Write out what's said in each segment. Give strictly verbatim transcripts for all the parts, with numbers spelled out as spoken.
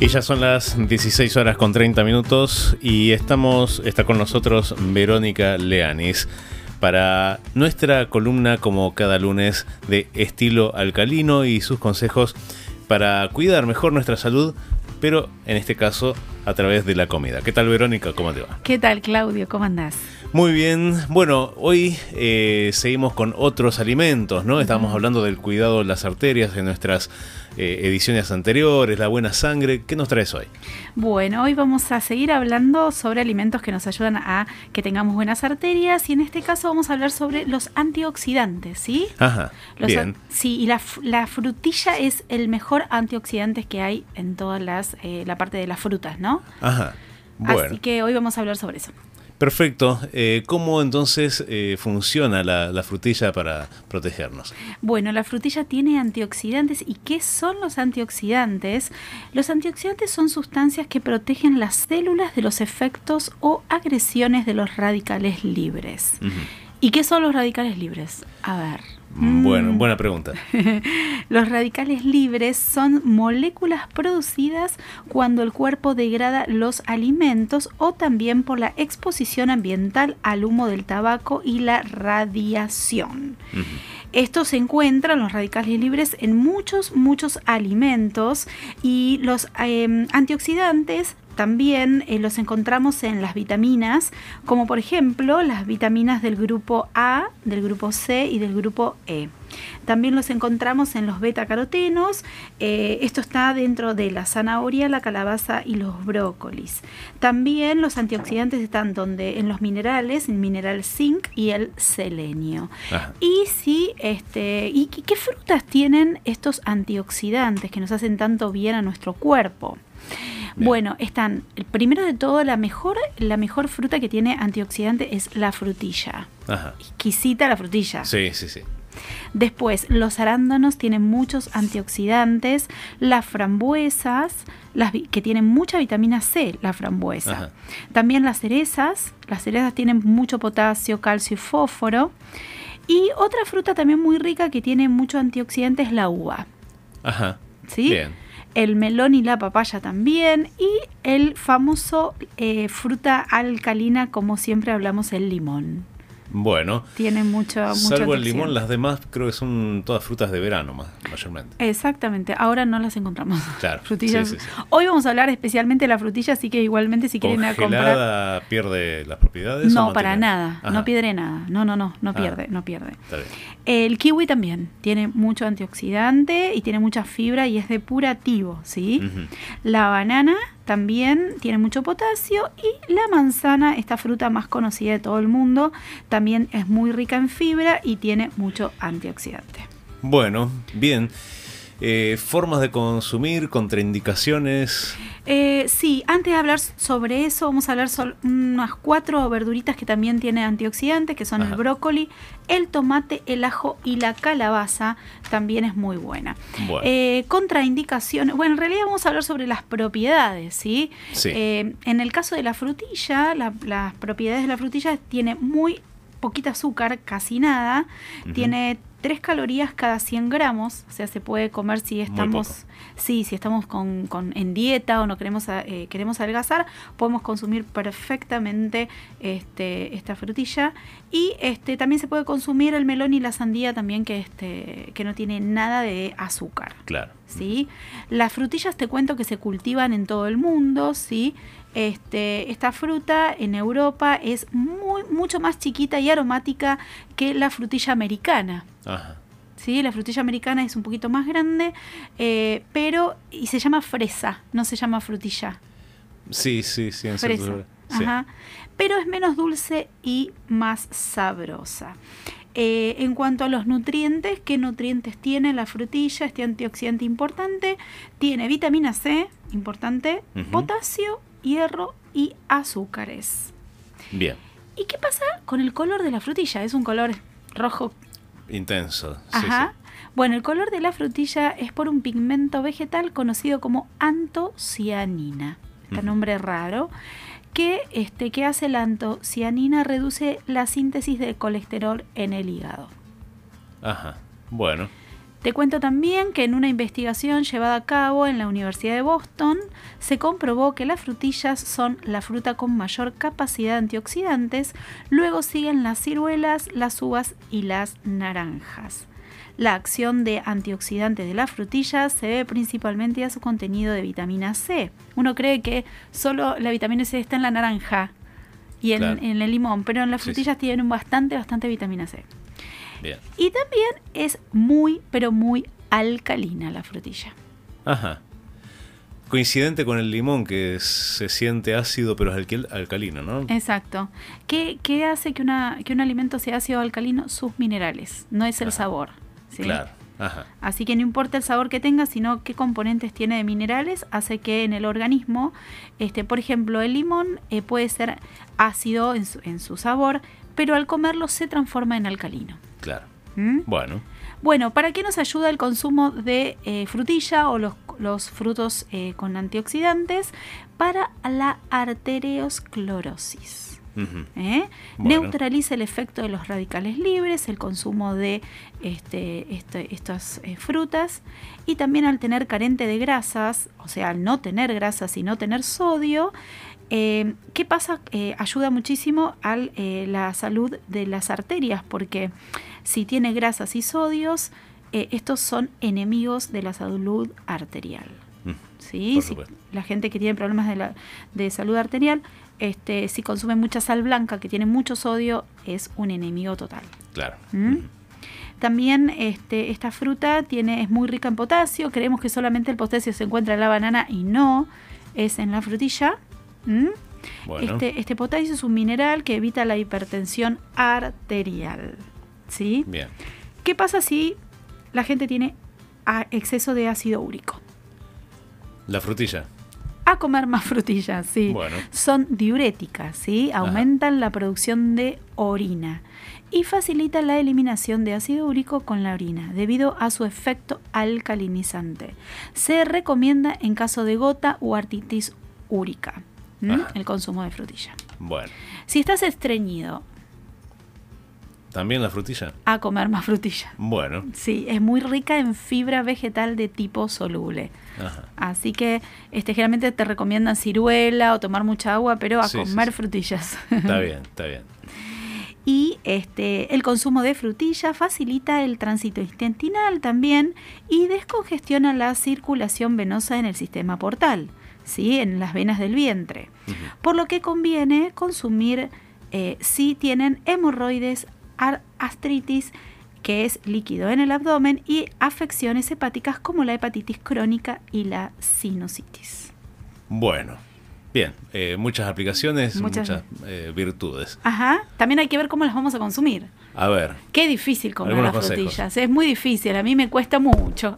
ya son las dieciséis horas con treinta minutos y estamos, está con nosotros Verónica Leanis para nuestra columna, como cada lunes, de estilo alcalino y sus consejos para cuidar mejor nuestra salud, pero en este caso a través de la comida. ¿Qué tal, Verónica? ¿Cómo te va? ¿Qué tal, Claudio? ¿Cómo andás? Muy bien. Bueno, hoy eh, seguimos con otros alimentos, ¿no? Estábamos uh-huh. hablando del cuidado de las arterias en nuestras eh, ediciones anteriores, la buena sangre. ¿Qué nos traes hoy? Bueno, hoy vamos a seguir hablando sobre alimentos que nos ayudan a que tengamos buenas arterias, y en este caso vamos a hablar sobre los antioxidantes, ¿sí? Ajá, los bien. A, sí, y la, la frutilla es el mejor antioxidante que hay en todas las, eh, la parte de las frutas, ¿no? Ajá, bueno. Así que hoy vamos a hablar sobre eso. Perfecto. Eh, ¿Cómo entonces eh, funciona la, la frutilla para protegernos? Bueno, la frutilla tiene antioxidantes. ¿Y qué son los antioxidantes? Los antioxidantes son sustancias que protegen las células de los efectos o agresiones de los radicales libres. Uh-huh. ¿Y qué son los radicales libres? A ver. Bueno, buena pregunta. Los radicales libres son moléculas producidas cuando el cuerpo degrada los alimentos o también por la exposición ambiental al humo del tabaco y la radiación. Uh-huh. Estos se encuentran, los radicales libres, en muchos, muchos alimentos, y los eh, antioxidantes también eh, los encontramos en las vitaminas, como por ejemplo las vitaminas del grupo A, del grupo C y del grupo E. También los encontramos en los betacarotenos. Eh, esto está dentro de la zanahoria, la calabaza y los brócolis. También los antioxidantes están donde en los minerales, el mineral zinc y el selenio. Ajá. Y sí, este, ¿y qué frutas tienen estos antioxidantes que nos hacen tanto bien a nuestro cuerpo? Bien. Bueno, están, primero de todo, la mejor, la mejor fruta que tiene antioxidante es la frutilla. Ajá. Exquisita la frutilla. Sí, sí, sí. Después, los arándanos tienen muchos antioxidantes, las frambuesas, las que tienen mucha vitamina C, la frambuesa. Ajá. También las cerezas, las cerezas tienen mucho potasio, calcio y fósforo. Y otra fruta también muy rica que tiene mucho antioxidante es la uva. Ajá. ¿Sí? Bien. El melón y la papaya también, y el famoso eh, fruta alcalina, como siempre hablamos, el limón. Bueno, tiene mucho, mucho salvo el limón, las demás creo que son todas frutas de verano más, mayormente. Exactamente, ahora no las encontramos. Claro, frutillas. Sí, sí, sí. Hoy vamos a hablar especialmente de la frutilla, así que igualmente si quieren a comprar. ¿Congelada pierde las propiedades? No, ¿o para mantiene? nada, Ajá. no pierde nada. No, no, no, no pierde, ah, no pierde. Está bien. El kiwi también tiene mucho antioxidante y tiene mucha fibra y es depurativo, ¿sí? Uh-huh. La banana también tiene mucho potasio, y la manzana, esta fruta más conocida de todo el mundo, también es muy rica en fibra y tiene mucho antioxidante. Bueno, bien. Eh, ¿Formas de consumir? ¿Contraindicaciones? Eh, sí, antes de hablar sobre eso, vamos a hablar sobre unas cuatro verduritas que también tienen antioxidantes, que son Ajá. el brócoli, el tomate, el ajo y la calabaza. También es muy buena. Bueno. Eh, contraindicaciones, bueno, en realidad vamos a hablar sobre las propiedades, ¿sí? Sí. Eh, en el caso de la frutilla, la, las propiedades de la frutilla tiene muy poquita azúcar, casi nada, uh-huh. tiene tres calorías cada cien gramos, o sea, se puede comer si estamos, sí, si estamos con, con, en dieta o no queremos, eh, queremos adelgazar, podemos consumir perfectamente este, esta frutilla. Y este, también se puede consumir el melón y la sandía también, que, este, que no tiene nada de azúcar. Claro. ¿Sí? Las frutillas, te cuento que se cultivan en todo el mundo, ¿sí? Este, esta fruta en Europa es muy, mucho más chiquita y aromática que la frutilla americana. Ajá. ¿Sí? La frutilla americana es un poquito más grande, eh, pero y se llama fresa, no se llama frutilla. Sí, sí, sí, en fresa. Cierto... Ajá. Sí. Pero es menos dulce y más sabrosa. Eh, en cuanto a los nutrientes, ¿qué nutrientes tiene la frutilla? Este antioxidante importante tiene vitamina C, importante, uh-huh. potasio, hierro y azúcares. Bien. ¿Y qué pasa con el color de la frutilla? Es un color rojo intenso. Ajá. Sí, sí. Bueno, el color de la frutilla es por un pigmento vegetal conocido como antocianina. Este uh-huh. nombre raro. Que, este, ¿Qué hace la antocianina? Reduce la síntesis de colesterol en el hígado. Ajá, bueno. Te cuento también que en una investigación llevada a cabo en la Universidad de Boston se comprobó que las frutillas son la fruta con mayor capacidad de antioxidantes, luego siguen las ciruelas, las uvas y las naranjas. La acción de antioxidantes de las frutillas se debe principalmente a su contenido de vitamina C. Uno cree que solo la vitamina C está en la naranja y en, claro. en el limón, pero en las frutillas sí, sí. tienen bastante, bastante vitamina C. Bien. Y también es muy, pero muy alcalina la frutilla. Ajá. Coincidente con el limón, que se siente ácido, pero es alcalino, ¿no? Exacto. ¿Qué, qué hace que, una, que un alimento sea ácido o alcalino? Sus minerales, no es el Ajá. sabor. ¿sí? Claro. Ajá. Así que no importa el sabor que tenga, sino qué componentes tiene de minerales, hace que en el organismo, este, por ejemplo, el limón eh, puede ser ácido en su, en su sabor, pero al comerlo se transforma en alcalino. Claro. ¿Mm? Bueno. Bueno, ¿para qué nos ayuda el consumo de eh, frutilla o los, los frutos eh, con antioxidantes? Para la arteriosclerosis. Uh-huh. ¿Eh? Bueno. Neutraliza el efecto de los radicales libres, el consumo de este, este, estas eh, frutas, y también al tener carente de grasas, o sea, al no tener grasas y no tener sodio, Eh, ¿qué pasa? Eh, ayuda muchísimo a eh, la salud de las arterias, porque si tiene grasas y sodios, eh, estos son enemigos de la salud arterial. Mm, ¿sí? Si la gente que tiene problemas de, la, de salud arterial, este, si consume mucha sal blanca que tiene mucho sodio, es un enemigo total. Claro. ¿Mm? Mm. También este, esta fruta tiene, es muy rica en potasio. Creemos que solamente el potasio se encuentra en la banana y no, es en la frutilla. ¿Mm? Bueno. Este, este potasio es un mineral que evita la hipertensión arterial. ¿Sí? Bien. ¿Qué pasa si la gente tiene exceso de ácido úrico? La frutilla. A comer más frutillas, sí. Bueno. Son diuréticas, ¿sí? Aumentan Ajá. la producción de orina y facilitan la eliminación de ácido úrico con la orina debido a su efecto alcalinizante. Se recomienda en caso de gota o artritis úrica. ¿Mm? El consumo de frutilla. Bueno. Si estás estreñido, ¿también la frutilla? A comer más frutilla. Bueno. Sí, es muy rica en fibra vegetal de tipo soluble. Ajá. Así que este, generalmente te recomiendan ciruela o tomar mucha agua, pero a sí, comer sí, sí. frutillas. Está bien, está bien. Y este, el consumo de frutilla facilita el tránsito intestinal también y descongestiona la circulación venosa en el sistema portal. ¿Sí? En las venas del vientre, uh-huh. por lo que conviene consumir eh, si tienen hemorroides, gastritis, que es líquido en el abdomen, y afecciones hepáticas como la hepatitis crónica y la sinusitis. Bueno, bien, eh, muchas aplicaciones, muchas, muchas eh, virtudes. Ajá, también hay que ver cómo las vamos a consumir. A ver. Qué difícil comer las frutillas, consejos. Es muy difícil, a mí me cuesta mucho.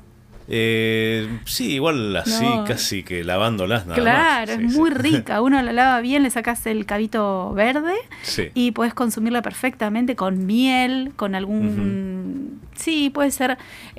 Eh, sí, igual así, no. casi que lavándolas nada claro, más. Sí, es muy sí. rica. Uno la lava bien, le sacas el cabito verde sí. y puedes consumirla perfectamente con miel, con algún... Uh-huh. Sí, puede ser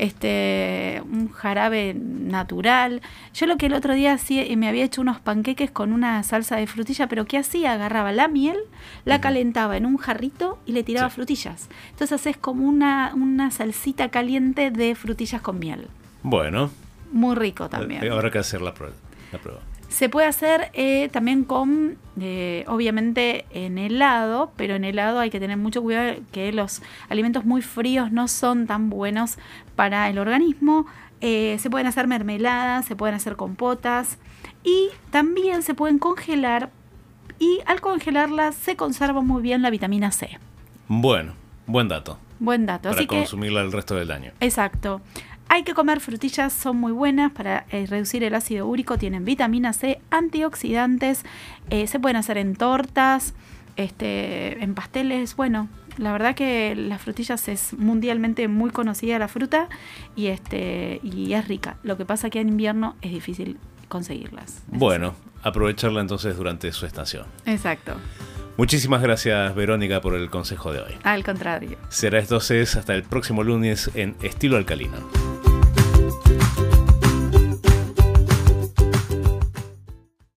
este un jarabe natural. Yo lo que el otro día hacía, me había hecho unos panqueques con una salsa de frutilla, pero ¿qué hacía? Agarraba la miel, la uh-huh. calentaba en un jarrito y le tiraba sí. frutillas. Entonces haces como una, una salsita caliente de frutillas con miel. Bueno. Muy rico también. Habrá que hacer la prueba. La prueba. Se puede hacer eh, también con, eh, obviamente, en helado, pero en helado hay que tener mucho cuidado que los alimentos muy fríos no son tan buenos para el organismo. Eh, se pueden hacer mermeladas, se pueden hacer compotas y también se pueden congelar y al congelarlas se conserva muy bien la vitamina C. Bueno, buen dato. Buen dato. Para Así consumirla que, el resto del año. Exacto. Hay que comer frutillas, son muy buenas para eh, reducir el ácido úrico, tienen vitamina C, antioxidantes, eh, se pueden hacer en tortas, este, en pasteles. Bueno, la verdad que las frutillas es mundialmente muy conocida la fruta y, este, y es rica. Lo que pasa que en invierno es difícil conseguirlas. Bueno, aprovecharla entonces durante su estación. Exacto. Muchísimas gracias, Verónica, por el consejo de hoy. Al contrario. Será entonces hasta el próximo lunes en Estilo Alcalino.